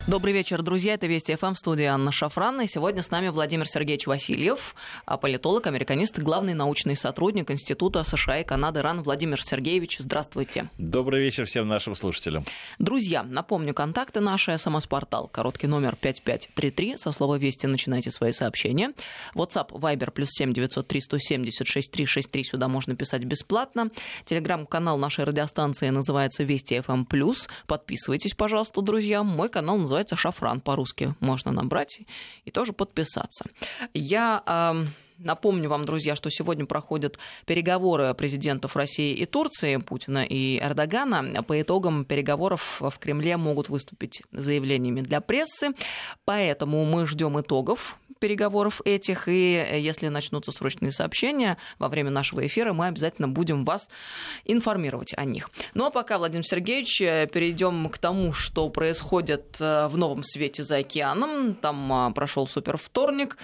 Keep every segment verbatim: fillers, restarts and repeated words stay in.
Добрый вечер, друзья. Это Вести ФМ, в студии Анна Шафран. И сегодня с нами Владимир Сергеевич Васильев, политолог, американист, главный научный сотрудник Института США и Канады РАН. Владимир Сергеевич, здравствуйте. Добрый вечер всем нашим слушателям. Друзья, напомню, контакты наши, СМС-портал, короткий номер пять пять три три, со слова «Вести» начинайте свои сообщения. WhatsApp, Viber, плюс семь девятьсот три сто семьдесят шесть триста шестьдесят три, сюда можно писать бесплатно. Телеграм-канал нашей радиостанции называется Вести ФМ плюс. Подписывайтесь, пожалуйста, друзья. Мой канал называется «Шафран», по-русски можно набрать и тоже подписаться. Я э, напомню вам, друзья, что сегодня проходят переговоры президентов России и Турции, Путина и Эрдогана. По итогам переговоров в Кремле могут выступить с заявлениями для прессы, поэтому мы ждем итогов переговоров этих, и если начнутся срочные сообщения во время нашего эфира, мы обязательно будем вас информировать о них. Ну а пока, Владимир Сергеевич, перейдем к тому, что происходит в новом свете за океаном. Там прошел супервторник,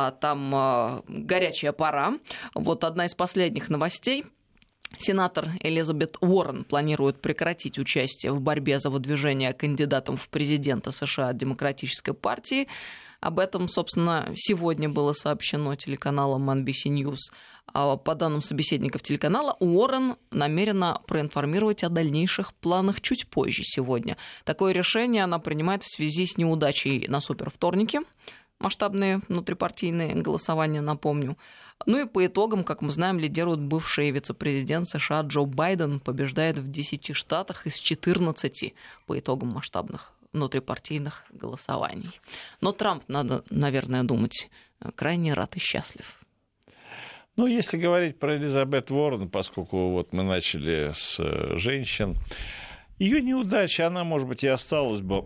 там горячая пора. Вот одна из последних новостей. Сенатор Элизабет Уоррен планирует прекратить участие в борьбе за выдвижение кандидатом в президенты США от Демократической партии. Об этом, собственно, сегодня было сообщено телеканалом эн би си News. По данным собеседников телеканала, Уоррен намерена проинформировать о дальнейших планах чуть позже сегодня. Такое решение она принимает в связи с неудачей на супервторнике. Масштабные внутрипартийные голосования, напомню. Ну и по итогам, как мы знаем, лидирует бывший вице-президент США Джо Байден, побеждает в десяти штатах из четырнадцати по итогам масштабных внутрипартийных голосований. Но Трамп, надо, наверное, думать, крайне рад и счастлив. Ну, если говорить про Элизабет Уоррен, поскольку вот мы начали с женщин, ее неудача, она, может быть, и осталась бы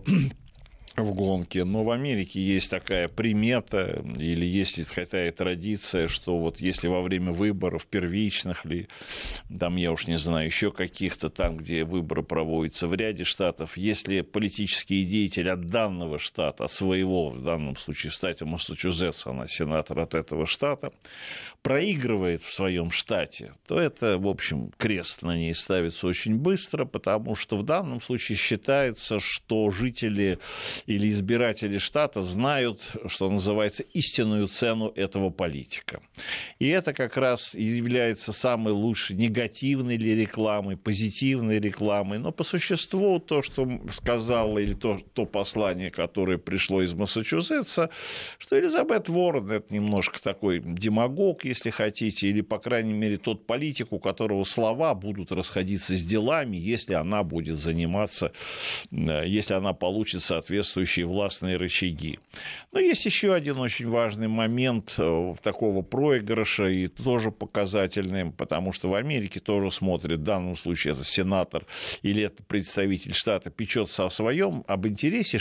в гонке, но в Америке есть такая примета или есть такая традиция, что вот если во время выборов первичных ли, там, я уж не знаю, еще каких-то там, где выборы проводятся в ряде штатов, если политический деятель от данного штата, от своего, в данном случае в штате Массачусетс, она сенатор от этого штата, проигрывает в своем штате, то это, в общем, крест на ней ставится очень быстро, потому что в данном случае считается, что жители или избиратели штата знают, что называется, истинную цену этого политика. И это как раз является самой лучшей негативной ли рекламой, позитивной рекламой. Но по существу то, что сказала, или то, то послание, которое пришло из Массачусетса, что Элизабет Уоррен — это немножко такой демагог, если хотите, или, по крайней мере, тот политик, у которого слова будут расходиться с делами, если она будет заниматься, если она получит соответствующие властные рычаги. Но есть еще один очень важный момент такого проигрыша, и тоже показательный, потому что в Америке тоже смотрят, в данном случае это сенатор или это представитель штата, печется о своем, об интересе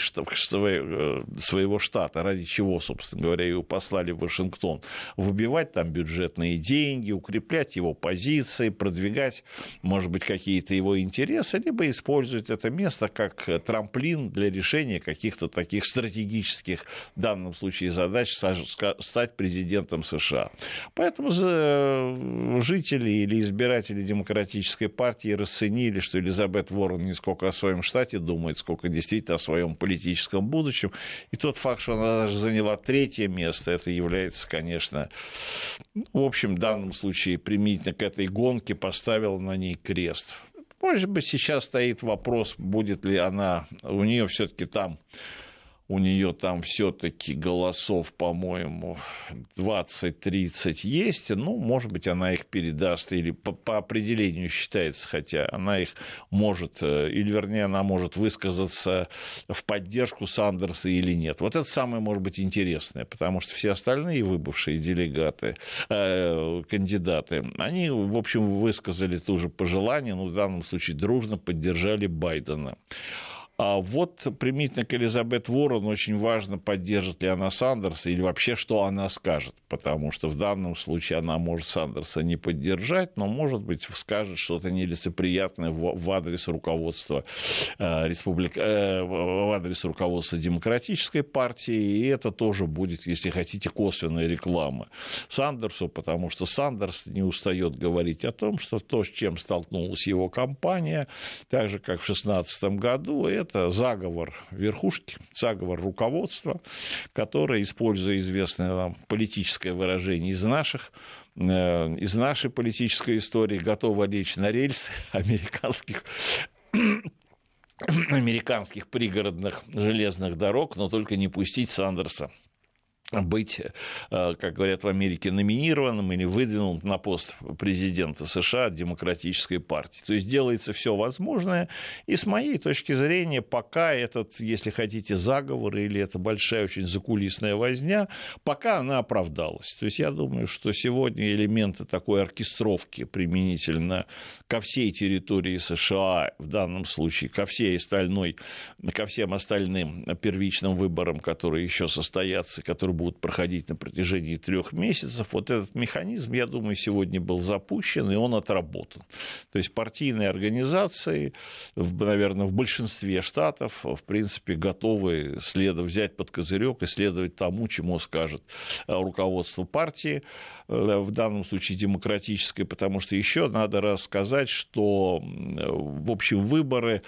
своего штата, ради чего, собственно говоря, его послали в Вашингтон, выбивать там бюджетные деньги, укреплять его позиции, продвигать, может быть, какие-то его интересы, либо использовать это место как трамплин для решения каких-то таких стратегических, в данном случае, задач стать президентом США. Поэтому жители или избиратели Демократической партии расценили, что Элизабет Уоррен не сколько о своем штате думает, сколько действительно о своем политическом будущем. И тот факт, что она даже заняла третье место, это является, конечно, в общем, в данном случае применительно к этой гонке поставил на ней крест. Может быть, сейчас стоит вопрос, будет ли она, у нее все-таки там, у нее там все-таки голосов, по-моему, двадцать-тридцать есть, ну, может быть, она их передаст, или по, по определению считается, хотя она их может, или, вернее, она может высказаться в поддержку Сандерса или нет. Вот это самое, может быть, интересное, потому что все остальные выбывшие делегаты, э, кандидаты, они, в общем, высказали тоже пожелание, но в данном случае дружно поддержали Байдена. А вот применительно к Элизабет Уоррен очень важно, поддержит ли она Сандерса или вообще, что она скажет, потому что в данном случае она может Сандерса не поддержать, но, может быть, скажет что-то нелицеприятное в, в адрес руководства э, республик... э, в адрес руководства Демократической партии, и это тоже будет, если хотите, косвенная реклама Сандерсу, потому что Сандерс не устает говорить о том, что то, с чем столкнулась его кампания, так же, как в две тысячи шестнадцатом году, это это заговор верхушки, заговор руководства, которое, используя известное нам политическое выражение из наших, из нашей политической истории, готово лечь на рельсы американских американских пригородных железных дорог, но только не пустить Сандерса быть, как говорят в Америке, номинированным или выдвинутым на пост президента США от Демократической партии. То есть делается все возможное, и с моей точки зрения, пока этот, если хотите, заговор или эта большая очень закулисная возня, пока она оправдалась. То есть я думаю, что сегодня элементы такой оркестровки применительно ко всей территории США, в данном случае ко всей остальной, ко всем остальным первичным выборам, которые еще состоятся, которые будут проходить на протяжении трех месяцев, вот этот механизм, я думаю, сегодня был запущен, и он отработан. То есть партийные организации, наверное, в большинстве штатов, в принципе, готовы следовать, взять под козырек и следовать тому, чему скажет руководство партии, в данном случае демократической, потому что еще надо рассказать, что, в общем, выборы...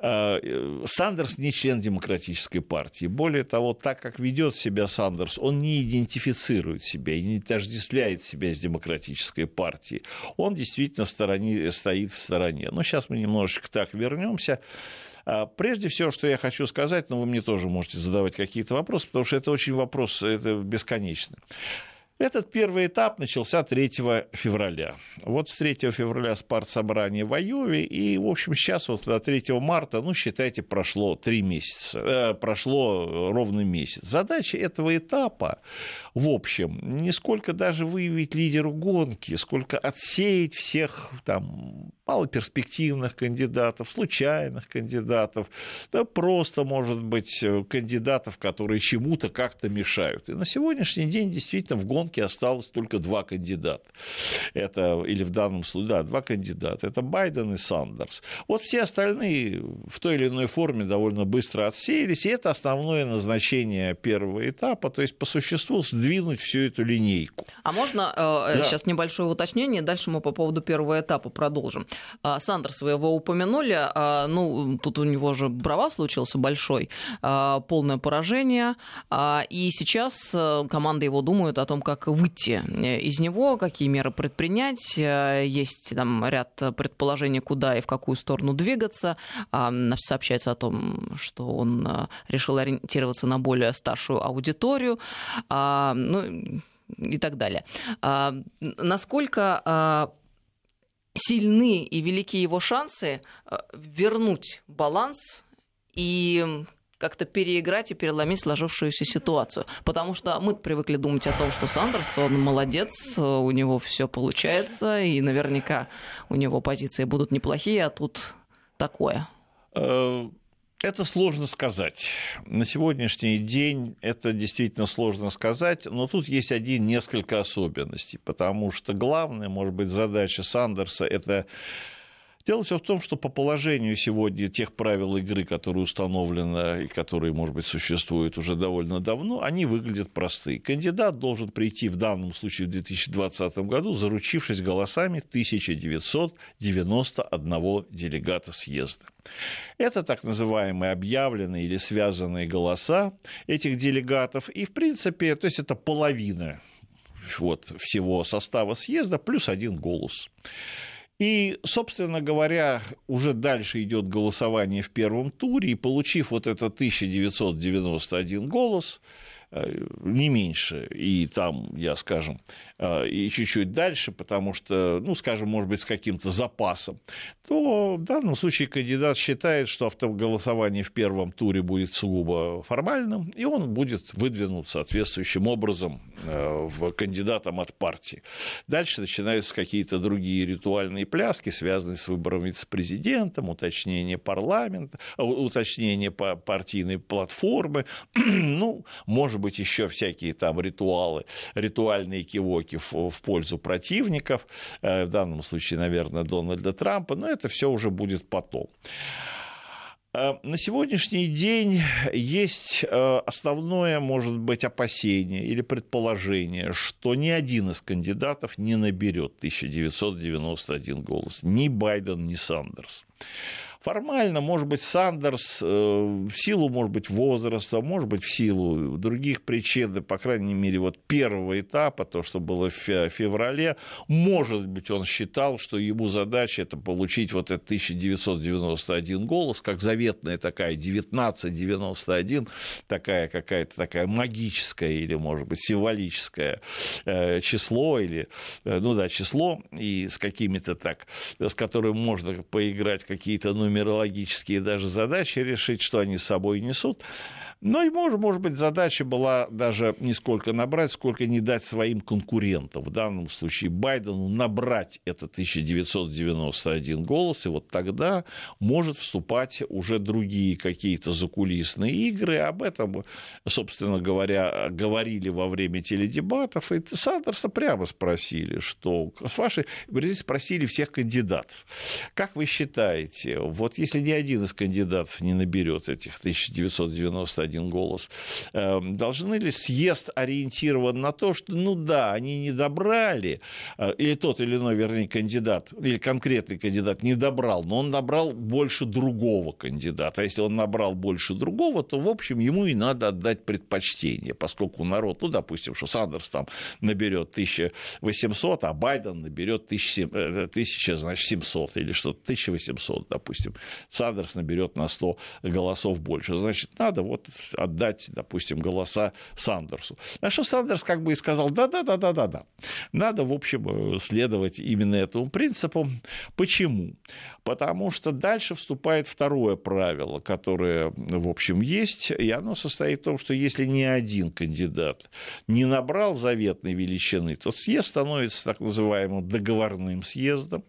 Сандерс не член демократической партии. Более того, так как ведет себя Сандерс, он не идентифицирует себя и не отождествляет себя с демократической партией. Он действительно в стороне, стоит в стороне. Но сейчас мы немножечко так вернемся. Прежде всего, что я хочу сказать, но вы мне тоже можете задавать какие-то вопросы, потому что это очень вопрос, это бесконечный. Этот первый этап начался третьего февраля. Вот с третьего февраля партсобрание в Айове, и, в общем, сейчас вот до третьего марта, ну, считайте, прошло три месяца, э, прошло ровно месяц. Задача этого этапа, в общем, не сколько даже выявить лидеру гонки, сколько отсеять всех там малоперспективных кандидатов, случайных кандидатов, да, просто, может быть, кандидатов, которые чему-то как-то мешают. И на сегодняшний день действительно в гонке осталось только два кандидата. Это, или в данном случае, да, два кандидата. Это Байден и Сандерс. Вот все остальные в той или иной форме довольно быстро отсеялись, и это основное назначение первого этапа, то есть по существу сдвинуть всю эту линейку. А можно э, да. сейчас небольшое уточнение, дальше мы по поводу первого этапа продолжим. Сандерс, вы его упомянули, ну, тут у него же провал случился большой, полное поражение, и сейчас команда его думает о том, как выйти из него, какие меры предпринять, есть там ряд предположений, куда и в какую сторону двигаться, сообщается о том, что он решил ориентироваться на более старшую аудиторию, ну, и так далее. Насколько сильны и велики его шансы вернуть баланс и как-то переиграть и переломить сложившуюся ситуацию. Потому что мы привыкли думать о том, что Сандерс, он молодец, у него все получается, и наверняка у него позиции будут неплохие, а тут такое. Это сложно сказать. На сегодняшний день это действительно сложно сказать, но тут есть один несколько особенностей, потому что главная, может быть, задача Сандерса – это... Дело все в том, что по положению сегодня тех правил игры, которые установлены и которые, может быть, существуют уже довольно давно, они выглядят простые. Кандидат должен прийти в данном случае в две тысячи двадцатом году, заручившись голосами тысяча девятьсот девяносто одного делегата съезда. Это так называемые объявленные или связанные голоса этих делегатов, и, в принципе, то есть это половина вот, всего состава съезда плюс один голос. И, собственно говоря, уже дальше идет голосование в первом туре, и получив вот этот тысяча девятьсот девяносто один голос, не меньше, и там, я, скажем, и чуть-чуть дальше, потому что, ну, скажем, может быть, с каким-то запасом, то в данном случае кандидат считает, что автоголосование в первом туре будет сугубо формальным, и он будет выдвинут соответствующим образом в кандидатом от партии. Дальше начинаются какие-то другие ритуальные пляски, связанные с выбором вице-президентом, уточнение парламента, уточнение партийной платформы, ну, может быть, еще всякие там ритуалы, ритуальные кивоки в, в пользу противников, в данном случае, наверное, Дональда Трампа, но это все уже будет потом. На сегодняшний день есть основное, может быть, опасение или предположение, что ни один из кандидатов не наберет тысяча девятьсот девяносто один голос, ни Байден, ни Сандерс. Формально, может быть, Сандерс в силу, может быть, возраста, может быть, в силу других причин, по крайней мере, вот первого этапа, то, что было в феврале, может быть, он считал, что ему задача это получить вот этот тысяча девятьсот девяносто один голос, как заветная такая девятнадцать девяносто один, такая какая-то такая магическая или, может быть, символическое число, или, ну да, число, и с какими-то так, с которым можно поиграть, какие-то нумерологические даже задачи решить, что они с собой несут. Но и, может, может быть, задача была даже не сколько набрать, сколько не дать своим конкурентам, в данном случае Байдену, набрать этот тысяча девятьсот девяносто один голос, и вот тогда может вступать уже другие какие-то закулисные игры. Об этом, собственно говоря, говорили во время теледебатов, и Сандерса прямо спросили, что с вашей... спросили всех кандидатов. Как вы считаете, вот если ни один из кандидатов не наберет этих тысяча девятьсот девяносто один голос, должны ли съезд ориентирован на то, что, ну да, они не добрали, или тот или иной, вернее, кандидат, или конкретный кандидат не добрал, но он набрал больше другого кандидата. А если он набрал больше другого, то, в общем, ему и надо отдать предпочтение, поскольку народ, ну, допустим, что Сандерс там наберет тысяча восемьсот, а Байден наберет тысяча, значит, семьсот или что-то, тысяча восемьсот, допустим. Сандерс наберет на сто голосов больше. Значит, надо вот отдать, допустим, голоса Сандерсу. А что Сандерс как бы и сказал, да-да-да-да-да-да. Надо, в общем, следовать именно этому принципу. Почему? Потому что дальше вступает второе правило, которое, в общем, есть, и оно состоит в том, что если ни один кандидат не набрал заветной величины, то съезд становится так называемым договорным съездом.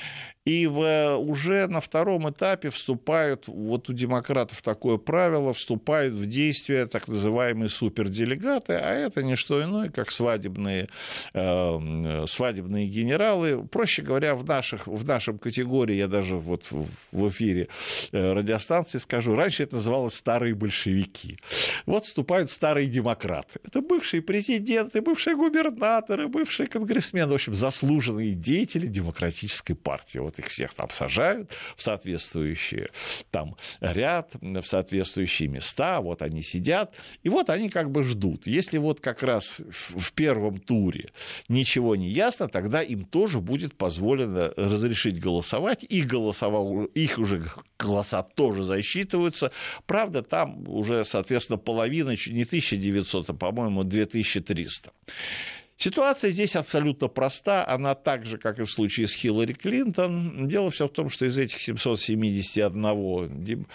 И в, уже на втором этапе вступают, вот у демократов такое правило, вступают в действие так называемые суперделегаты, а это не что иное, как свадебные, э, свадебные генералы. Проще говоря, в, наших, в нашем категории, я даже вот в, в эфире радиостанции скажу, раньше это называлось старые большевики. Вот вступают старые демократы. Это бывшие президенты, бывшие губернаторы, бывшие конгрессмены, в общем, заслуженные деятели демократической партии. Вот их всех там сажают в соответствующие там ряд, в соответствующие места, вот они сидят, и вот они как бы ждут. Если вот как раз в первом туре ничего не ясно, тогда им тоже будет позволено разрешить голосовать, и голосовал, их уже голоса тоже засчитываются. Правда, там уже, соответственно, половина, не тысяча девятьсот, а, по-моему, две тысячи триста. Ситуация здесь абсолютно проста, она так же, как и в случае с Хиллари Клинтон. Дело все в том, что из этих семьсот семьдесят один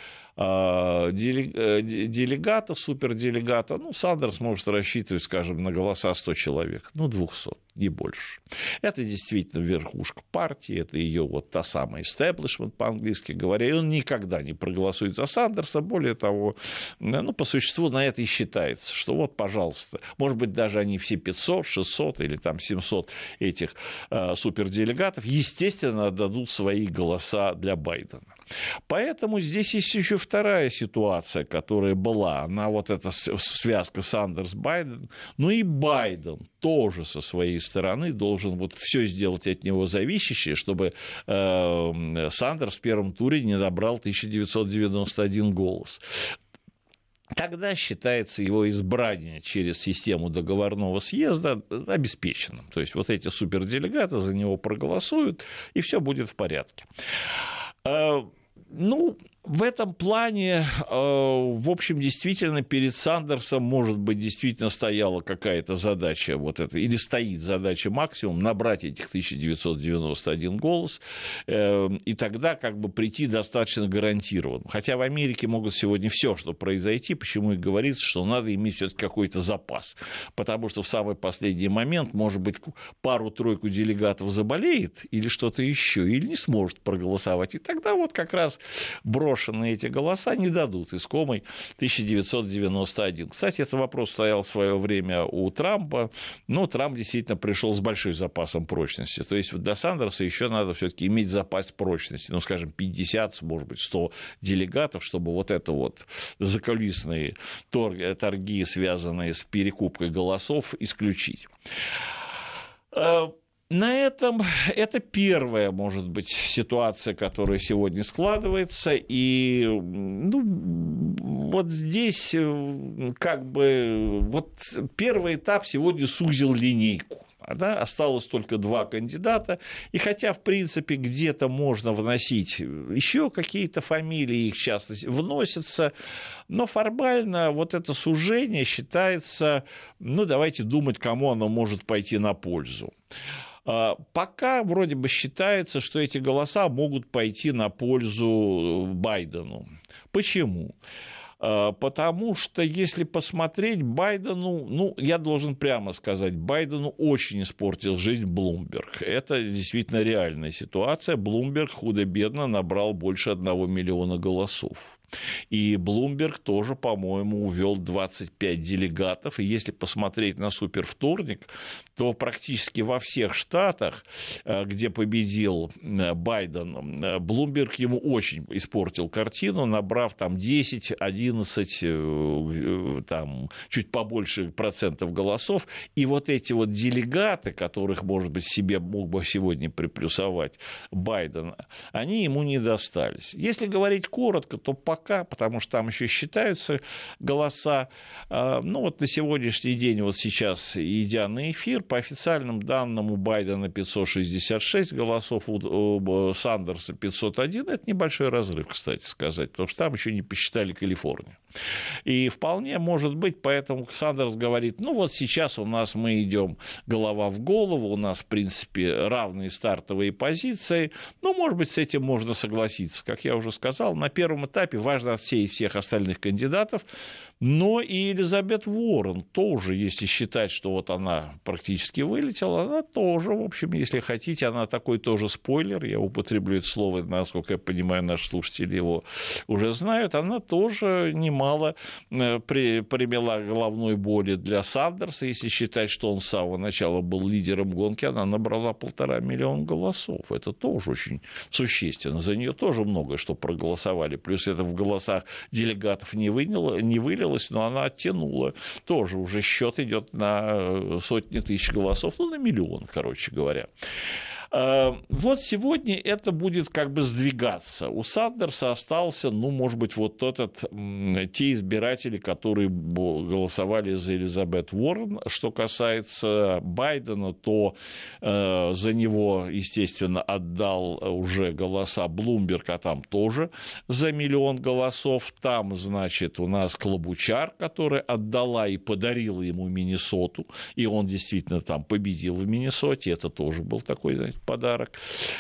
делегата, суперделегата, ну, Сандерс может рассчитывать, скажем, на голоса сто человек, ну, двести, не больше. Это действительно верхушка партии, это ее вот та самая истеблишмент, по-английски говоря, и он никогда не проголосует за Сандерса, более того, ну, по существу на это и считается, что вот, пожалуйста, может быть, даже они все пятьсот, шестьсот или там семьсот этих э, суперделегатов, естественно, отдадут свои голоса для Байдена. Поэтому здесь есть еще вторая ситуация, которая была, она вот эта связка Сандерс-Байден, но и Байден тоже со своей стороны должен вот все сделать от него зависящее, чтобы э, Сандерс в первом туре не набрал тысяча девятьсот девяносто один голос. Тогда считается его избрание через систему договорного съезда обеспеченным. То есть вот эти суперделегаты за него проголосуют, и все будет в порядке. Ну, в этом плане, в общем, действительно, перед Сандерсом, может быть, действительно стояла какая-то задача, вот это, или стоит задача максимум, набрать этих тысяча девятьсот девяносто один голос, и тогда как бы прийти достаточно гарантированно. Хотя в Америке могут сегодня все, что произойти, почему и говорится, что надо иметь все-таки какой-то запас, потому что в самый последний момент, может быть, пару-тройку делегатов заболеет или что-то еще, или не сможет проголосовать, и тогда вот как раз брошенные эти голоса не дадут искомой тысяча девятьсот девяносто один. Кстати, этот вопрос стоял в свое время у Трампа, но Трамп действительно пришел с большим запасом прочности. То есть для Сандерса еще надо все-таки иметь запас прочности, ну, скажем, пятьдесят, может быть, сто делегатов, чтобы вот это вот закулисные торги, связанные с перекупкой голосов, исключить. На этом это первая, может быть, ситуация, которая сегодня складывается, и ну, вот здесь как бы вот первый этап сегодня сузил линейку. Да, осталось только два кандидата, и хотя, в принципе, где-то можно вносить еще какие-то фамилии, их часто вносятся, но формально вот это сужение считается, ну, давайте думать, кому оно может пойти на пользу. Пока вроде бы считается, что эти голоса могут пойти на пользу Байдену. Почему? Потому что, если посмотреть, Байдену, ну, я должен прямо сказать, Байдену очень испортил жизнь Блумберг. Это действительно реальная ситуация. Блумберг худо-бедно набрал больше одного миллиона голосов. И Блумберг тоже, по-моему, увел двадцать пять делегатов. И если посмотреть на супервторник, то практически во всех штатах, где победил Байден, Блумберг ему очень испортил картину, набрав там десять-одиннадцать, там, чуть побольше процентов голосов. И вот эти вот делегаты, которых, может быть, себе мог бы сегодня приплюсовать Байден, они ему не достались. Если говорить коротко, то пока Пока, потому что там еще считаются голоса. Ну, вот на сегодняшний день, вот сейчас, идя на эфир, по официальным данным у Байдена пятьсот шестьдесят шесть голосов, у Сандерса пятьсот один. Это небольшой разрыв, кстати сказать, потому что там еще не посчитали Калифорнию. И вполне может быть, поэтому Сандерс говорит, ну, вот сейчас у нас мы идем голова в голову, у нас, в принципе, равные стартовые позиции. Ну, может быть, с этим можно согласиться. Как я уже сказал, на первом этапе важно отсеять всех остальных кандидатов, но и Элизабет Уоррен тоже, если считать, что вот она практически вылетела, она тоже, в общем, если хотите, она такой тоже спойлер, я употреблю это слово, насколько я понимаю, наши слушатели его уже знают, она тоже немало примела головной боли для Сандерса, если считать, что он с самого начала был лидером гонки, она набрала полтора миллиона голосов, это тоже очень существенно, за нее тоже много что проголосовали, плюс это в голосах делегатов не выняло, не вылилось, но она оттянула. Тоже уже счет идет на сотни тысяч голосов, ну, на миллион, короче говоря. Вот сегодня это будет как бы сдвигаться. У Сандерса остался, ну, может быть, вот этот, те избиратели, которые голосовали за Элизабет Уоррен. Что касается Байдена, то э, за него, естественно, отдал уже голоса Блумберг, а там тоже за миллион голосов. Там, значит, у нас Клобучар, которая отдала и подарила ему Миннесоту, и он действительно там победил в Миннесоте. Это тоже был такой, знаете, подарок.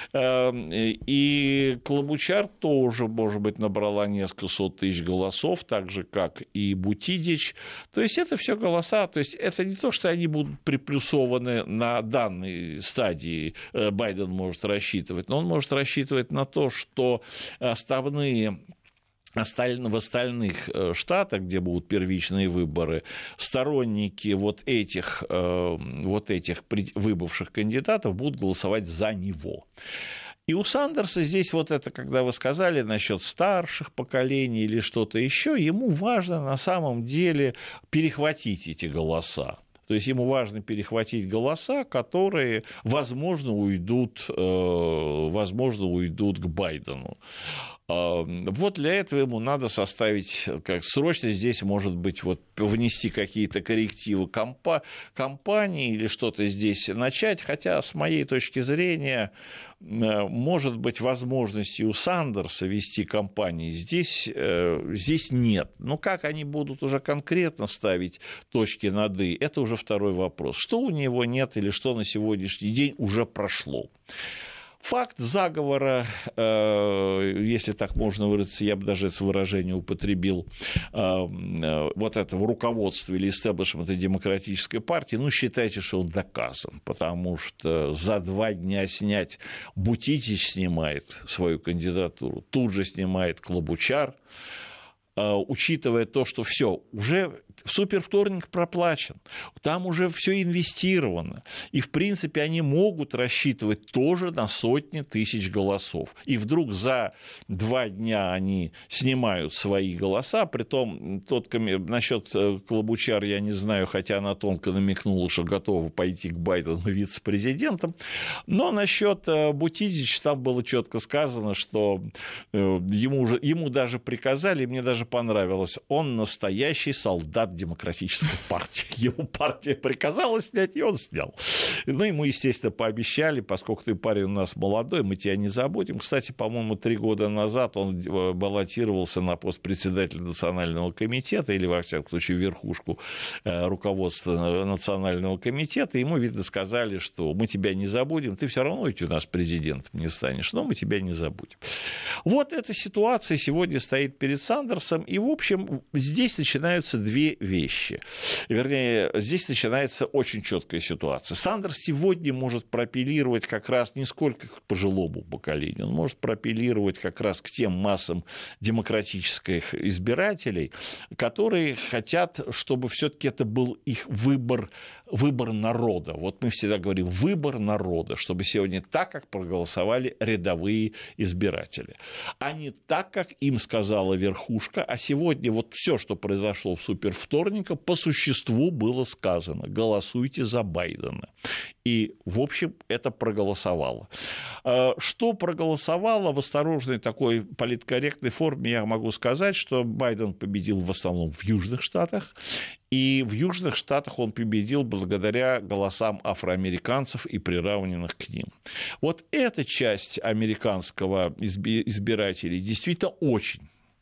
И Клобучар тоже, может быть, набрала несколько сот тысяч голосов, так же, как и Бутидич. То есть это все голоса, то есть это не то, что они будут приплюсованы на данной стадии, Байден может рассчитывать, но он может рассчитывать на то, что основные в остальных штатах, где будут первичные выборы, сторонники вот этих, вот этих выбывших кандидатов будут голосовать за него. И у Сандерса здесь вот это, когда вы сказали насчет старших поколений или что-то еще, ему важно на самом деле перехватить эти голоса. То есть ему важно перехватить голоса, которые, возможно, уйдут, возможно, уйдут к Байдену. Вот для этого ему надо составить, как срочно здесь, может быть, вот внести какие-то коррективы компа- компании или что-то здесь начать, хотя, с моей точки зрения, может быть, возможности у Сандерса вести кампании здесь, здесь нет. Но как они будут уже конкретно ставить точки над «и», это уже второй вопрос. Что у него нет или что на сегодняшний день уже прошло. Факт заговора, если так можно выразиться, я бы даже это выражение употребил, вот этого руководства или истеблишмента Демократической партии, ну, считайте, что он доказан, потому что за два дня снять, Бутидич снимает свою кандидатуру, тут же снимает Клобучар, учитывая то, что все, уже супервторник проплачен, там уже все инвестировано, и, в принципе, они могут рассчитывать тоже на сотни тысяч голосов. И вдруг за два дня они снимают свои голоса, притом тот, насчет Клобучар я не знаю, хотя она тонко намекнула, что готова пойти к Байдену вице-президентом, но насчет Бутиджича там было четко сказано, что ему, уже, ему даже приказали, мне даже понравилось, он настоящий солдат демократической партии. Ему партия приказала снять, и он снял. Ну, ему, естественно, пообещали, поскольку ты парень у нас молодой, мы тебя не забудем. Кстати, по-моему, три года назад он баллотировался на пост председателя Национального комитета, или, во всяком случае, верхушку руководства Национального комитета. Ему, видно, сказали, что мы тебя не забудем, ты все равно ведь у нас президентом не станешь, но мы тебя не забудем. Вот эта ситуация сегодня стоит перед Сандерсом, и, в общем, здесь начинаются две вещи. Вернее, здесь начинается очень четкая ситуация. Сандерс сегодня может проапеллировать как раз не сколько к пожилому поколению, он может проапеллировать как раз к тем массам демократических избирателей, которые хотят, чтобы все-таки это был их выбор, выбор народа. Вот мы всегда говорим выбор народа, чтобы сегодня так, как проголосовали рядовые избиратели, а не так, как им сказала верхушка, а сегодня вот все, что произошло в супервторника, по существу было сказано: голосуйте за Байдена. И, в общем, это проголосовало. Что проголосовало в осторожной такой политкорректной форме, я могу сказать, что Байден победил в основном в Южных Штатах, и в Южных Штатах он победил благодаря голосам афроамериканцев и приравненных к ним. Вот эта часть американского избирателей действительно очень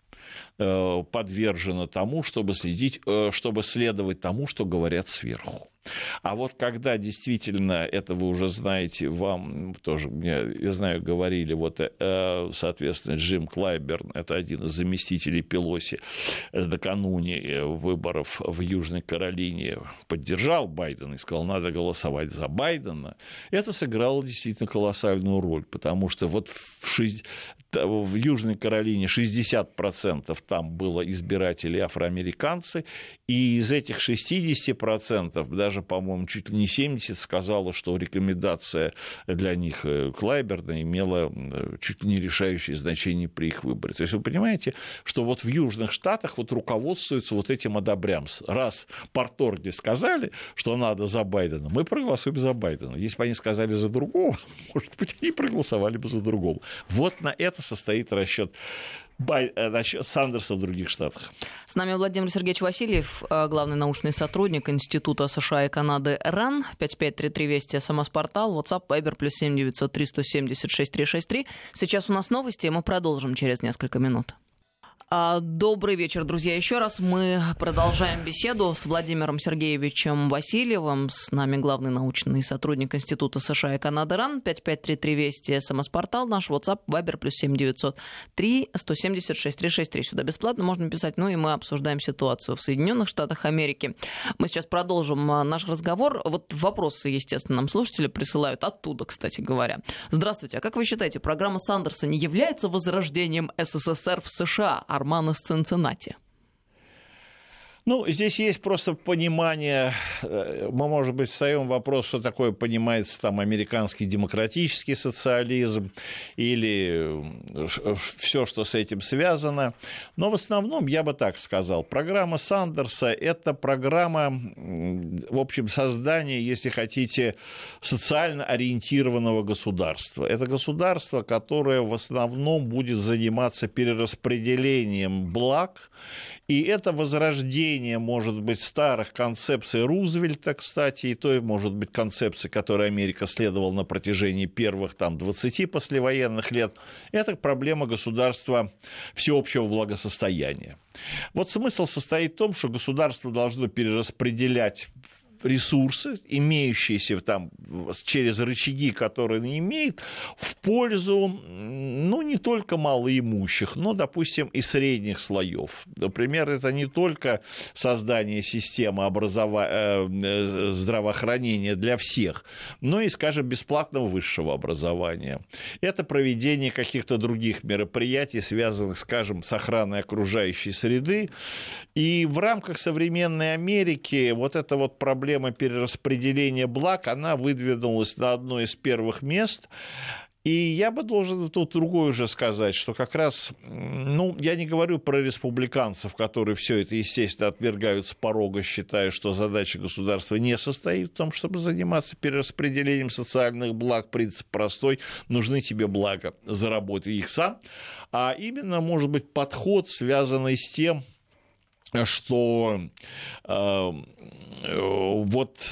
подвержена тому, чтобы следить, чтобы следовать тому, что говорят сверху. А вот когда действительно, это вы уже знаете, вам тоже, я знаю, говорили, вот, соответственно, Джим Клайберн, это один из заместителей Пелоси, накануне выборов в Южной Каролине поддержал Байдена и сказал, надо голосовать за Байдена, это сыграло действительно колоссальную роль, потому что вот в, шесть... в Южной Каролине шестьдесят процентов там было избирателей афроамериканцы, и из этих шестьдесят процентов даже, по-моему, чуть ли не семьдесят процентов сказала, что рекомендация для них Клайберна имела чуть ли не решающее значение при их выборе. То есть вы понимаете, что вот в Южных Штатах вот руководствуются вот этим одобрям. Раз парторги сказали, что надо за Байдена, мы проголосуем за Байдена. Если бы они сказали за другого, может быть, они проголосовали бы за другого. Вот на это состоит расчет Сандерса в других штатах. С нами Владимир Сергеевич Васильев, главный научный сотрудник Института США и Канады РАН. пять пять три три Вести, СМС-портал, WhatsApp, Viber, плюс семь девятьсот три сто семьдесят шесть три шесть три. Сейчас у нас новости, и мы продолжим через несколько минут. Добрый вечер, друзья. Еще раз мы продолжаем беседу с Владимиром Сергеевичем Васильевым. С нами главный научный сотрудник Института США и Канады РАН. пять пять три три Вести, СМС-портал, наш WhatsApp, Viber, плюс семь девятьсот три сто семьдесят шесть три шесть три. Сюда бесплатно можно писать. Ну и мы обсуждаем ситуацию в Соединенных Штатах Америки. Мы сейчас продолжим наш разговор. Вот вопросы, естественно, нам слушатели присылают оттуда, кстати говоря. Здравствуйте. А как вы считаете, программа Сандерса не является возрождением СССР в США? Арман из Цинциннати. Ну, здесь есть просто понимание, мы, может быть, встаём вопрос, что такое понимается там американский демократический социализм или все, что с этим связано. Но в основном, я бы так сказал, программа Сандерса – это программа, в общем, создания, если хотите, социально ориентированного государства. Это государство, которое в основном будет заниматься перераспределением благ, и это возрождение, может быть, старых концепций Рузвельта, кстати, и той, может быть, концепции, которой Америка следовала на протяжении первых там, двадцати послевоенных лет. Это проблема государства всеобщего благосостояния. Вот смысл состоит в том, что государство должно перераспределять ресурсы, имеющиеся там через рычаги, которые он имеет, в пользу, ну, не только малоимущих, но, допустим, и средних слоев. Например, это не только создание системы образова... здравоохранения для всех, но и, скажем, бесплатного высшего образования. Это проведение каких-то других мероприятий, связанных, скажем, с охраной окружающей среды. И в рамках современной Америки вот эта вот проблема перераспределения благ, она выдвинулась на одно из первых мест. И я бы должен тут другое уже сказать, что как раз, ну, я не говорю про республиканцев, которые все это, естественно, отвергают с порога, считая, что задача государства не состоит в том, чтобы заниматься перераспределением социальных благ. Принцип простой: нужны тебе блага, заработай их сам. А именно, может быть, подход, связанный с тем, что э, вот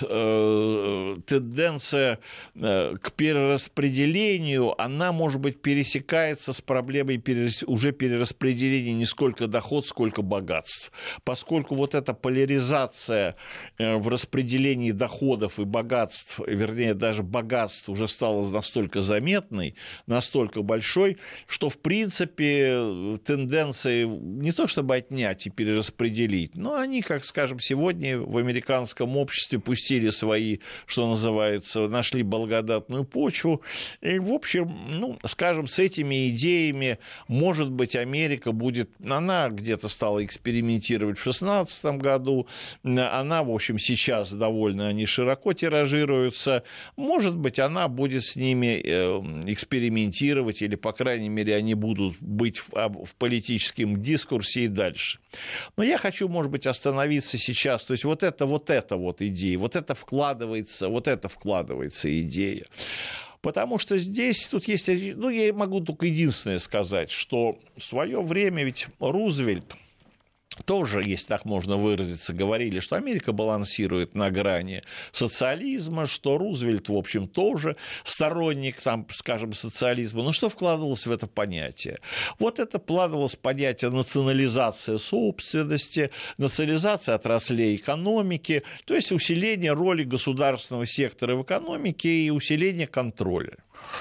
э, тенденция э, к перераспределению, она, может быть, пересекается с проблемой перес... уже перераспределения не сколько доход, сколько богатств. Поскольку вот эта поляризация э, в распределении доходов и богатств, вернее, даже богатств уже стала настолько заметной, настолько большой, что, в принципе, тенденции не то чтобы отнять и перераспределить, но они, как, скажем, сегодня в американском обществе пустили свои, что называется, нашли благодатную почву. И, в общем, ну, скажем, с этими идеями, может быть, Америка будет... Она где-то стала экспериментировать в шестнадцатом году, она, в общем, сейчас довольно они широко тиражируются. Может быть, она будет с ними экспериментировать, или, по крайней мере, они будут быть в, в политическом дискурсе и дальше. Но я хочу, может быть, остановиться сейчас. То есть вот это, вот это вот идея, вот это вкладывается, вот это вкладывается идея. Потому что здесь, тут есть, ну, я могу только единственное сказать, что в свое время ведь Рузвельт тоже, если так можно выразиться, говорили, что Америка балансирует на грани социализма, что Рузвельт, в общем, тоже сторонник, там, скажем, социализма. Но что вкладывалось в это понятие? Вот это вкладывалось понятие национализация собственности, национализация отраслей экономики, то есть усиление роли государственного сектора в экономике и усиление контроля.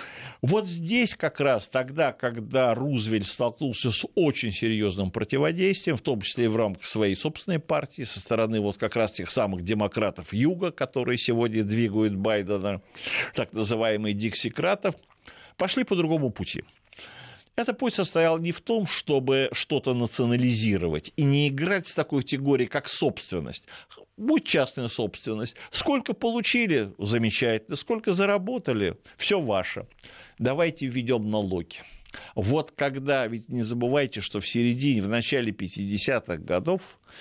Вот здесь как раз тогда, когда Рузвельт столкнулся с очень серьезным противодействием, в том числе и в рамках своей собственной партии, со стороны вот как раз тех самых демократов Юга, которые сегодня двигают Байдена, так называемых диксикратов, пошли по другому пути. Этот путь состоял не в том, чтобы что-то национализировать и не играть в такую категорию, как собственность. Будь частная собственность. Сколько получили – замечательно. Сколько заработали – все ваше. Давайте введем налоги. Вот когда, ведь не забывайте, что в середине, в начале пятидесятых годов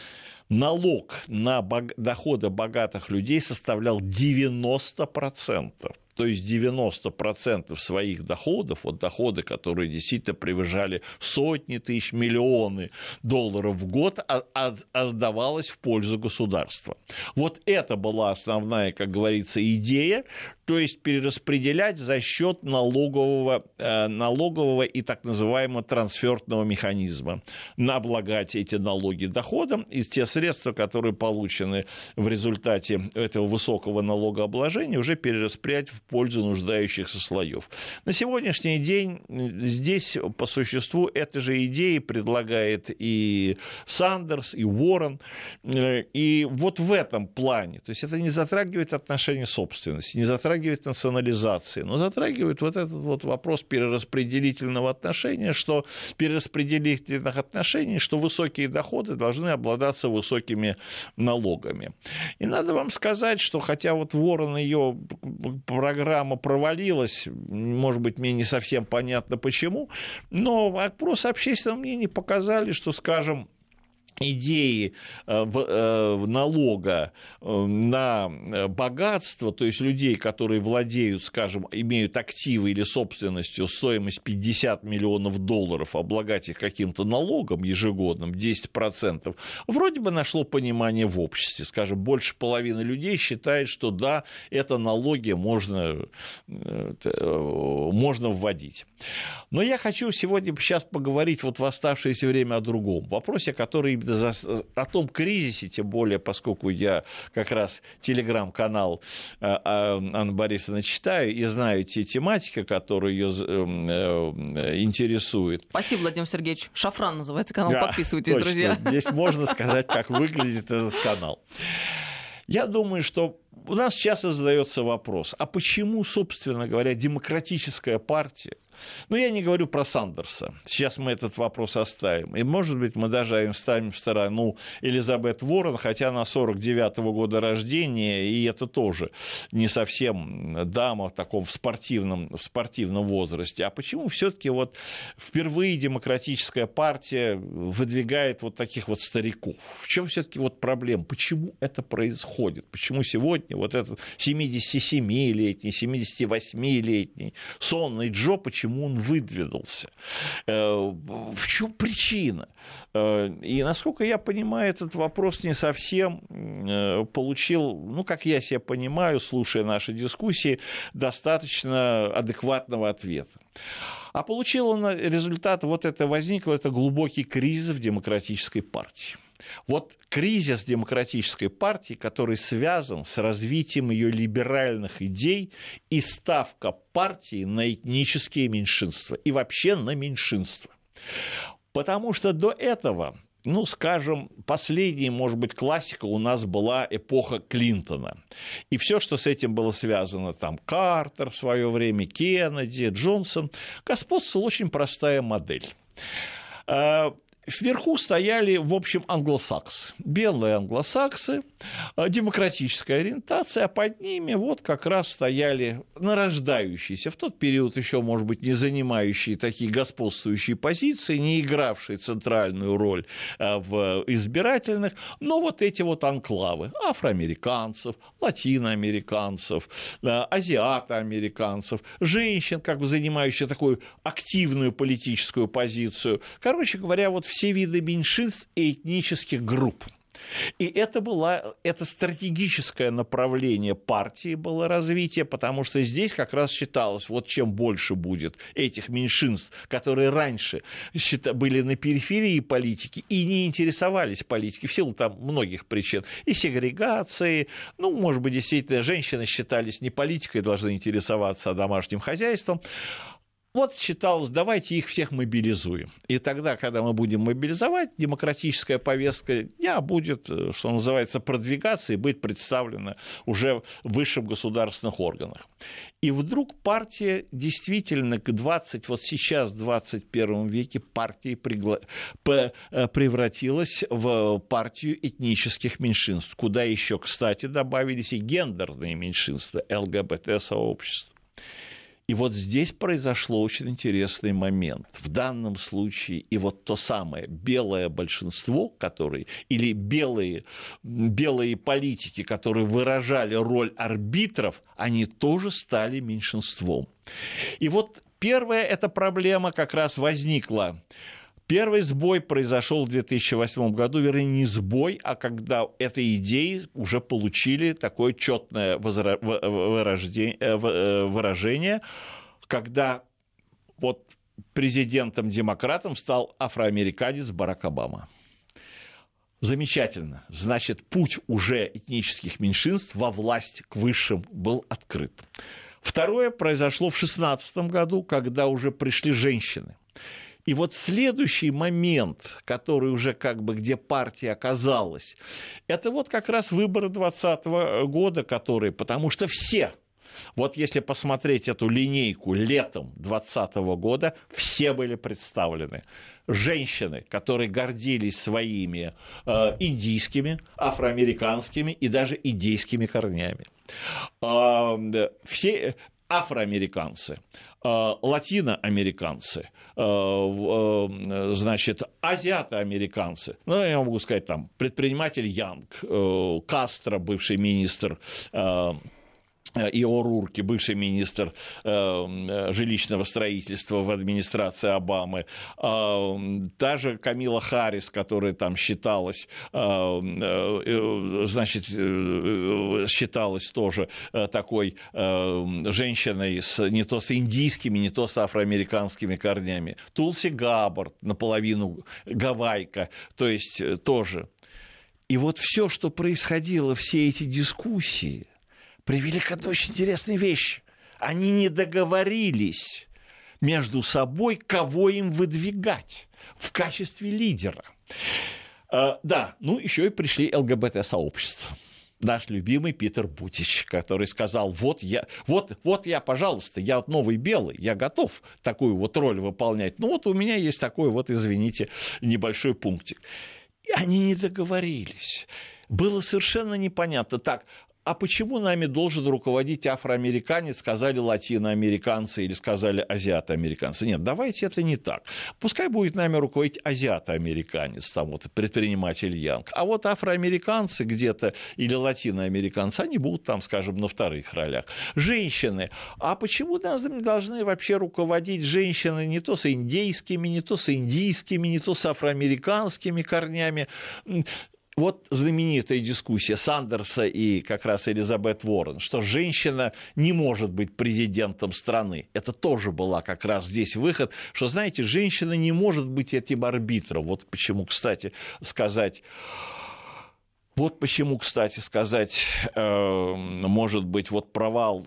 налог на бог... доходы богатых людей составлял девяносто процентов. То есть девяносто процентов своих доходов, вот доходы, которые действительно превышали сотни тысяч, миллионы долларов в год, отдавалось в пользу государства. Вот это была основная, как говорится, идея, то есть перераспределять за счет налогового, налогового и так называемого трансфертного механизма, облагать эти налоги доходом, и те средства, которые получены в результате этого высокого налогообложения, уже перераспределять в пользу нуждающихся слоев. На сегодняшний день здесь по существу этой же идеи предлагает и Сандерс, и Уоррен. И вот в этом плане, то есть это не затрагивает отношения собственности, не затрагивает национализации, но затрагивает вот этот вот вопрос перераспределительного отношения, что перераспределительных отношений, что высокие доходы должны обладаться высокими налогами. И надо вам сказать, что хотя вот Уоррен, ее программа провалилась, может быть, мне не совсем понятно почему, но опросы общественного мнения показали, что, скажем, идеи налога на богатство, то есть людей, которые владеют, скажем, имеют активы или собственностью стоимость пятьдесят миллионов долларов, облагать их каким-то налогом ежегодным, десять процентов, вроде бы нашло понимание в обществе. Скажем, больше половины людей считает, что да, это налоги можно, можно вводить. Но я хочу сегодня сейчас поговорить вот в оставшееся время о другом вопросе, который именно за, о том кризисе, тем более, поскольку я как раз телеграм-канал Анны Борисовны читаю и знаю те тематики, которые ее интересуют. Спасибо, Владимир Сергеевич. «Шафран» называется канал, да, подписывайтесь, точно. друзья. Здесь можно сказать, как выглядит этот канал. Я думаю, что у нас часто задается вопрос, а почему, собственно говоря, демократическая партия, ну, я не говорю про Сандерса, сейчас мы этот вопрос оставим, и, может быть, мы даже ставим в сторону Элизабет Уоррен, хотя она сорок девятого года рождения, и это тоже не совсем дама в таком в спортивном, в спортивном возрасте. А почему все-таки вот впервые демократическая партия выдвигает вот таких вот стариков? В чем все-таки вот проблема? Почему это происходит? Почему сегодня вот этот семидесятисемилетний, семидесятивосьмилетний сонный Джо, почему он выдвинулся? В чем причина? И, насколько я понимаю, этот вопрос не совсем получил, ну, как я себя понимаю, слушая наши дискуссии, достаточно адекватного ответа. А получил он результат, вот это возникло, это глубокий кризис в демократической партии. Вот кризис демократической партии, который связан с развитием ее либеральных идей и ставка партии на этнические меньшинства и вообще на меньшинства. Потому что до этого, ну, скажем, последняя, может быть, классика у нас была эпоха Клинтона. И все, что с этим было связано, там, Картер в свое время, Кеннеди, Джонсон, господствовала очень простая модель. Вверху стояли, в общем, англосаксы, белые англосаксы, демократическая ориентация, а под ними вот как раз стояли нарождающиеся, в тот период еще, может быть, не занимающие такие господствующие позиции, не игравшие центральную роль в избирательных, но вот эти вот анклавы афроамериканцев, латиноамериканцев, азиатоамериканцев, женщин, как бы занимающих такую активную политическую позицию. Короче говоря, вот все виды меньшинств и этнических групп. И это было, это стратегическое направление партии было развитие, потому что здесь как раз считалось, вот чем больше будет этих меньшинств, которые раньше были на периферии политики и не интересовались политикой, в силу там многих причин, и сегрегации, ну, может быть, действительно, женщины считались не политикой, должны интересоваться, а домашним хозяйством. Вот считалось, давайте их всех мобилизуем. И тогда, когда мы будем мобилизовать, демократическая повестка дня будет, что называется, продвигаться и быть представлена уже в высших государственных органах. И вдруг партия действительно к двадцать, вот сейчас, в двадцать первом веке, партия пригла... превратилась в партию этнических меньшинств, куда еще, кстати, добавились и гендерные меньшинства, ЛГБТ-сообщества. И вот здесь произошло очень интересный момент. В данном случае и вот то самое белое большинство, которые, или белые, белые политики, которые выражали роль арбитров, они тоже стали меньшинством. И вот первая эта проблема как раз возникла. Первый сбой произошел в две тысячи восьмом году, вернее, не сбой, а когда этой идеи уже получили такое четное выражение, когда вот президентом-демократом стал афроамериканец Барак Обама. Замечательно. Значит, путь уже этнических меньшинств во власть к высшим был открыт. Второе произошло в две тысячи шестнадцатом году, когда уже пришли женщины. И вот следующий момент, который уже как бы где партия оказалась, это вот как раз выборы двадцатого года, которые, потому что все, вот если посмотреть эту линейку летом двадцатого года, все были представлены. Женщины, которые гордились своими э, индийскими, афроамериканскими и даже индейскими корнями. Э, все афроамериканцы, латиноамериканцы, значит, азиатоамериканцы, ну, я могу сказать, там, предприниматель Янг, Кастро, бывший министр и О'Рурки, бывший министр э, жилищного строительства в администрации Обамы, э, та же Камила Харрис, которая там считалась, э, э, значит, э, считалась тоже э, такой э, женщиной с, не то с индийскими, не то с афроамериканскими корнями. Тулси Габбард, наполовину гавайка, то есть э, тоже. И вот все, что происходило, все эти дискуссии, привели к одной очень интересной вещи. Они не договорились между собой, кого им выдвигать в качестве лидера. А, да, ну еще и пришли ЛГБТ-сообщества. Наш любимый Питер Бутич, который сказал, вот я, вот, вот я, пожалуйста, я вот новый белый, я готов такую вот роль выполнять. Ну вот у меня есть такой вот, извините, небольшой пунктик. И они не договорились. Было совершенно непонятно. Так, а почему нами должен руководить афроамериканец, сказали латиноамериканцы или сказали азиатоамериканцы? Нет, давайте это не так. Пускай будет нами руководить азиатоамериканец, там вот предприниматель Янг. А вот афроамериканцы где-то или латиноамериканцы, они будут там, скажем, на вторых ролях. Женщины. А почему нас должны вообще руководить женщины не то с индейскими, не то с индийскими, не то с афроамериканскими корнями? Вот знаменитая дискуссия Сандерса и как раз Элизабет Уоррен, что женщина не может быть президентом страны. Это тоже была как раз здесь выход, что, знаете, женщина не может быть этим арбитром. Вот почему, кстати, сказать... Вот почему, кстати сказать, может быть, вот провал,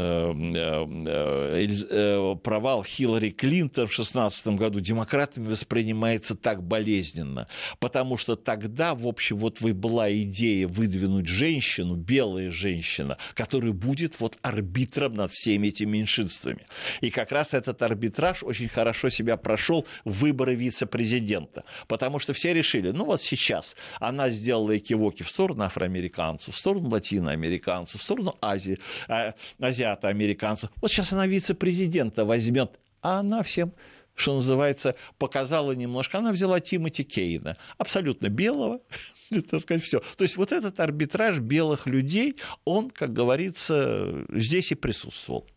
провал Хиллари Клинтон в шестнадцатом году демократами воспринимается так болезненно, потому что тогда, в общем, вот была идея выдвинуть женщину, белая женщина, которая будет вот арбитром над всеми этими меньшинствами. И как раз этот арбитраж очень хорошо себя прошел в выборы вице-президента, потому что все решили, ну вот сейчас она сделала кивок в сторону афроамериканцев, в сторону латиноамериканцев, в сторону Азии, а, азиатоамериканцев. Вот сейчас она вице-президента возьмет, а она всем, что называется, показала немножко. Она взяла Тимоти Кейна, абсолютно белого, так сказать, все. То есть вот этот арбитраж белых людей, он, как говорится, здесь и присутствовал.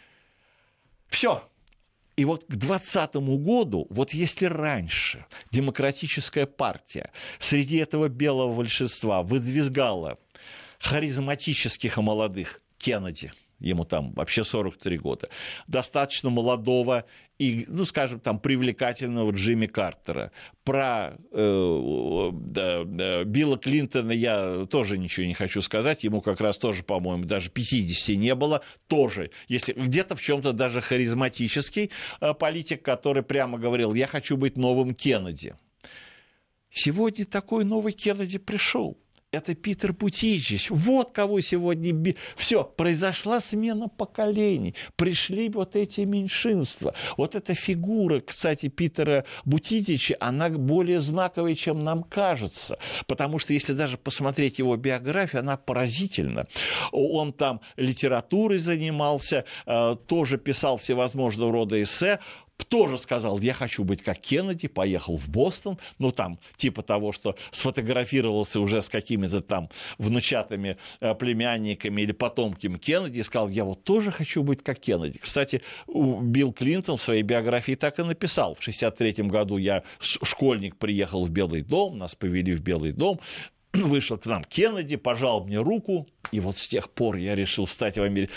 Все. И вот к двадцатому году, вот если раньше демократическая партия среди этого белого большинства выдвигала харизматических и молодых Кеннеди, ему там вообще сорок три года, достаточно молодого и, ну, скажем, там, привлекательного Джимми Картера. Про э, да, да, Билла Клинтона я тоже ничего не хочу сказать, ему как раз тоже, по-моему, даже пятидесяти не было, тоже, если где-то в чем-то даже харизматический э, политик, который прямо говорил, я хочу быть новым Кеннеди. Сегодня такой новый Кеннеди пришел. Это Питер Бутиджич. Вот кого сегодня... Би... Все, произошла смена поколений. Пришли вот эти меньшинства. Вот эта фигура, кстати, Питера Бутиджича, она более знаковая, чем нам кажется. Потому что если даже посмотреть его биографию, она поразительна. Он там литературой занимался, тоже писал всевозможного рода эссе, тоже сказал, я хочу быть как Кеннеди, поехал в Бостон, ну, там, типа того, что сфотографировался уже с какими-то там внучатыми племянниками или потомками Кеннеди, и сказал, я вот тоже хочу быть как Кеннеди. Кстати, Билл Клинтон в своей биографии так и написал. В шестьдесят третьем году я, школьник, приехал в Белый дом, нас повели в Белый дом, вышел к нам Кеннеди, пожал мне руку, и вот с тех пор я решил стать в Америке...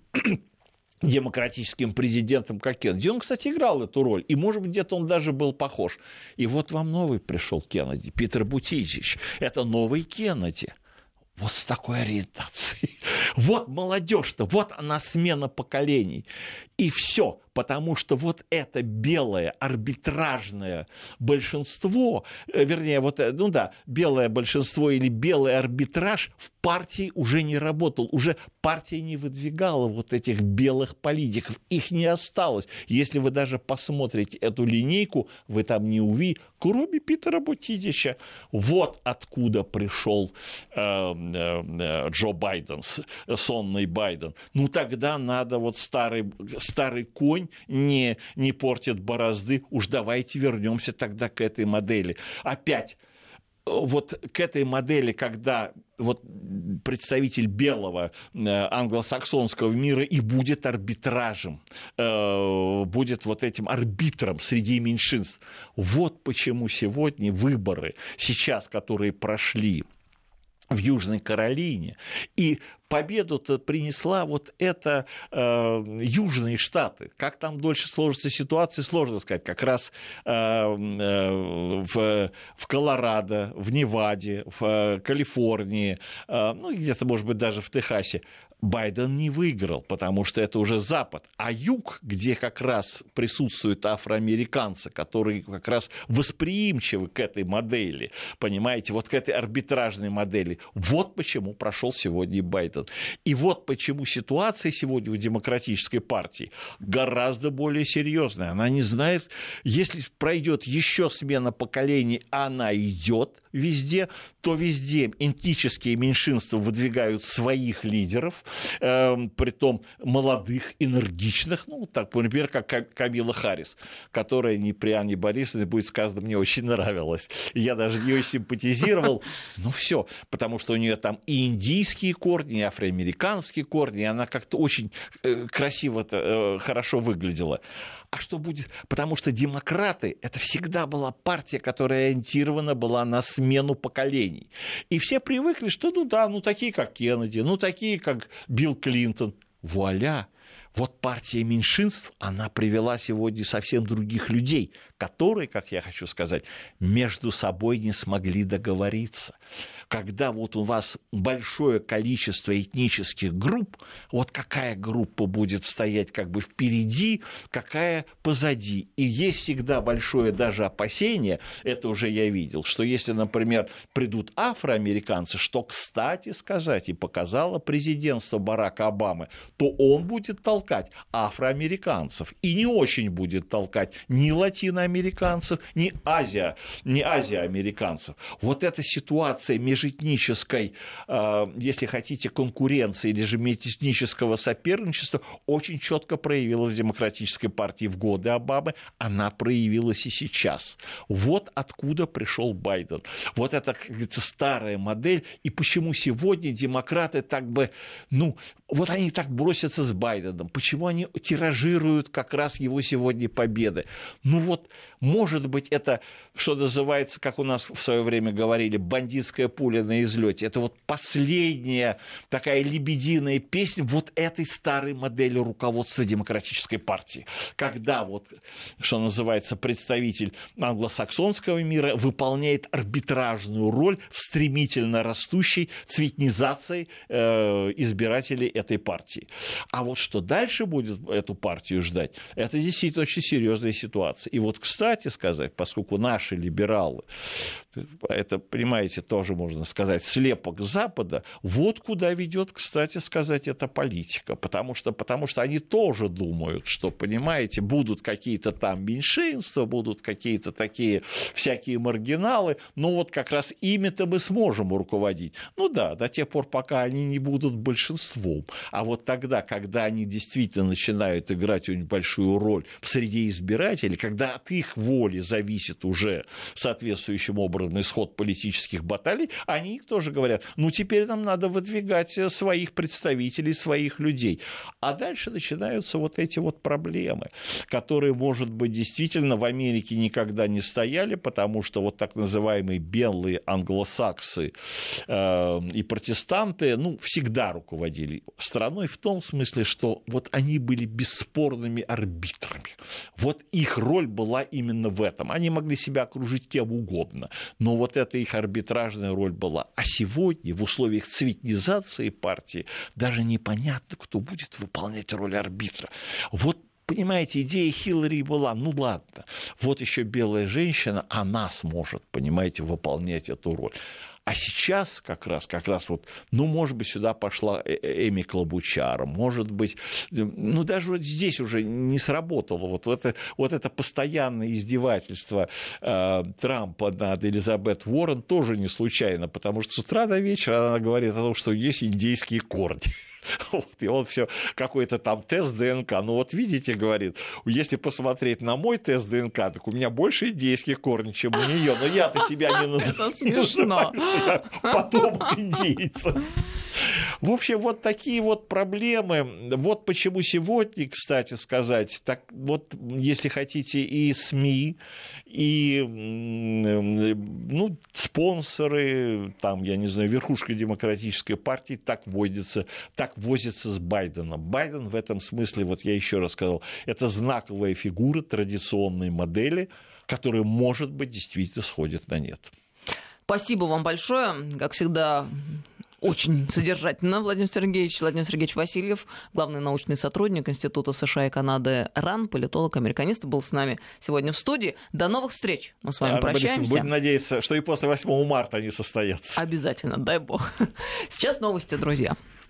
демократическим президентом, как Кеннеди. Он, кстати, играл эту роль, и, может быть, где-то он даже был похож. И вот вам новый пришел Кеннеди, Питер Бутиджич. Это новый Кеннеди. Вот с такой ориентацией. Вот молодежь-то, вот она смена поколений. И все, потому что вот это белое арбитражное большинство, вернее, вот, ну да, белое большинство или белый арбитраж в партии уже не работал, уже партия не выдвигала вот этих белых политиков, их не осталось. Если вы даже посмотрите эту линейку, вы там не увидите, кроме Питера Бутиджича. Вот откуда пришел э, э, Джо Байден, сонный Байден. Ну тогда надо вот старый, старый конь не, не портит борозды, уж давайте вернемся тогда к этой модели. Опять вот к этой модели, когда вот представитель белого англосаксонского мира и будет арбитражем, будет вот этим арбитром среди меньшинств. Вот почему сегодня выборы, сейчас, которые прошли в Южной Каролине, и победу-то принесла вот это э, Южные Штаты. Как там дольше сложится ситуация, сложно сказать. Как раз э, э, в, в Колорадо, в Неваде, в э, Калифорнии, э, ну, где-то, может быть, даже в Техасе, Байден не выиграл, потому что это уже Запад. А Юг, где как раз присутствуют афроамериканцы, которые как раз восприимчивы к этой модели, понимаете, вот к этой арбитражной модели, вот почему прошел сегодня Байден. И вот почему ситуация сегодня в Демократической партии гораздо более серьезная. Она не знает, если пройдет еще смена поколений, она идет везде, то везде этнические меньшинства выдвигают своих лидеров, э, притом молодых, энергичных, ну, так, например, как Камила Харрис, которая ни при Анне Борисовне, будет сказано, мне очень нравилась. Я даже ее симпатизировал. Ну, все, потому что у нее там и индийские корни, и афроамериканские корни, и она как-то очень э, красиво, э, хорошо выглядела. А что будет? Потому что демократы – это всегда была партия, которая ориентирована была на смену поколений. И все привыкли, что ну да, ну такие, как Кеннеди, ну такие, как Билл Клинтон. Вуаля! Вот партия меньшинств, она привела сегодня совсем других людей, которые, как я хочу сказать, между собой не смогли договориться. Когда вот у вас большое количество этнических групп, вот какая группа будет стоять как бы впереди, какая позади. И есть всегда большое даже опасение, это уже я видел, что если, например, придут афроамериканцы, что, кстати сказать, и показало президентство Барака Обамы, то он будет толкать афроамериканцев и не очень будет толкать ни латиноамериканцев, ни азия, ни азиоамериканцев. Вот эта ситуация межэтнической, если хотите, конкуренции или же межэтнического соперничества очень четко проявилась в Демократической партии в годы Обамы, она проявилась и сейчас. Вот откуда пришел Байден. Вот это, как говорится, старая модель, и почему сегодня демократы так бы, ну, вот они так бросятся с Байденом, почему они тиражируют как раз его сегодня победы. Ну вот, может быть, это, что называется, как у нас в свое время говорили, бандитская пуля на излете. Это вот последняя такая лебединая песня вот этой старой модели руководства Демократической партии. Когда вот, что называется, представитель англосаксонского мира выполняет арбитражную роль в стремительно растущей цветнизации э, избирателей этой партии. А вот что дальше будет эту партию ждать, это действительно очень серьезная ситуация. И вот, кстати сказать, поскольку наши либералы, это, понимаете, тоже можно сказать, слепок Запада, вот куда ведет, кстати сказать, эта политика. Потому что, потому что они тоже думают, что, понимаете, будут какие-то там меньшинства, будут какие-то такие всякие маргиналы, но вот как раз ими-то мы сможем руководить. Ну да, до тех пор, пока они не будут большинством. А вот тогда, когда они действительно начинают играть очень большую роль в среде избирателей, когда от их воли зависит уже соответствующим образом исход политических баталий, они тоже говорят, ну теперь нам надо выдвигать своих представителей, своих людей. А дальше начинаются вот эти вот проблемы, которые, может быть, действительно в Америке никогда не стояли, потому что вот так называемые белые англосаксы э, и протестанты, ну, всегда руководили страной в том смысле, что вот они были бесспорными арбитрами. Вот их роль была именно в этом. Они могли себя окружить кем угодно, но вот эта их арбитражная роль была. А сегодня в условиях цветнизации партии даже непонятно, кто будет выполнять роль арбитра. Вот, понимаете, идея Хиллари была, ну ладно, вот еще белая женщина, она сможет, понимаете, выполнять эту роль. А сейчас как раз, как раз вот, ну, может быть, сюда пошла Эми Клобучар, может быть, ну, даже вот здесь уже не сработало вот это, вот это постоянное издевательство э, Трампа над Элизабет Уоррен тоже не случайно, потому что с утра до вечера она говорит о том, что есть индейские корни. Вот, и он все какой-то там тест ДНК. Ну вот видите, говорит, если посмотреть на мой тест ДНК, так у меня больше индейских корней, чем у нее. Но я-то себя не называю. Это смешно. Я потомок индейца. В общем, вот такие вот проблемы. Вот почему сегодня, кстати сказать, так вот, если хотите, и СМИ, и ну, спонсоры, там, я не знаю, верхушка демократической партии так возится, так возится с Байденом. Байден в этом смысле, вот я еще раз сказал, это знаковая фигура традиционной модели, которая, может быть, действительно сходит на нет. Спасибо вам большое. Как всегда, очень содержательно, Владимир Сергеевич. Владимир Сергеевич Васильев, главный научный сотрудник Института США и Канады РАН, политолог, американист, был с нами сегодня в студии. До новых встреч. Мы с вами Анна прощаемся. Борисовна, будем надеяться, что и после восьмого марта они состоятся. Обязательно, дай бог. Сейчас новости, друзья.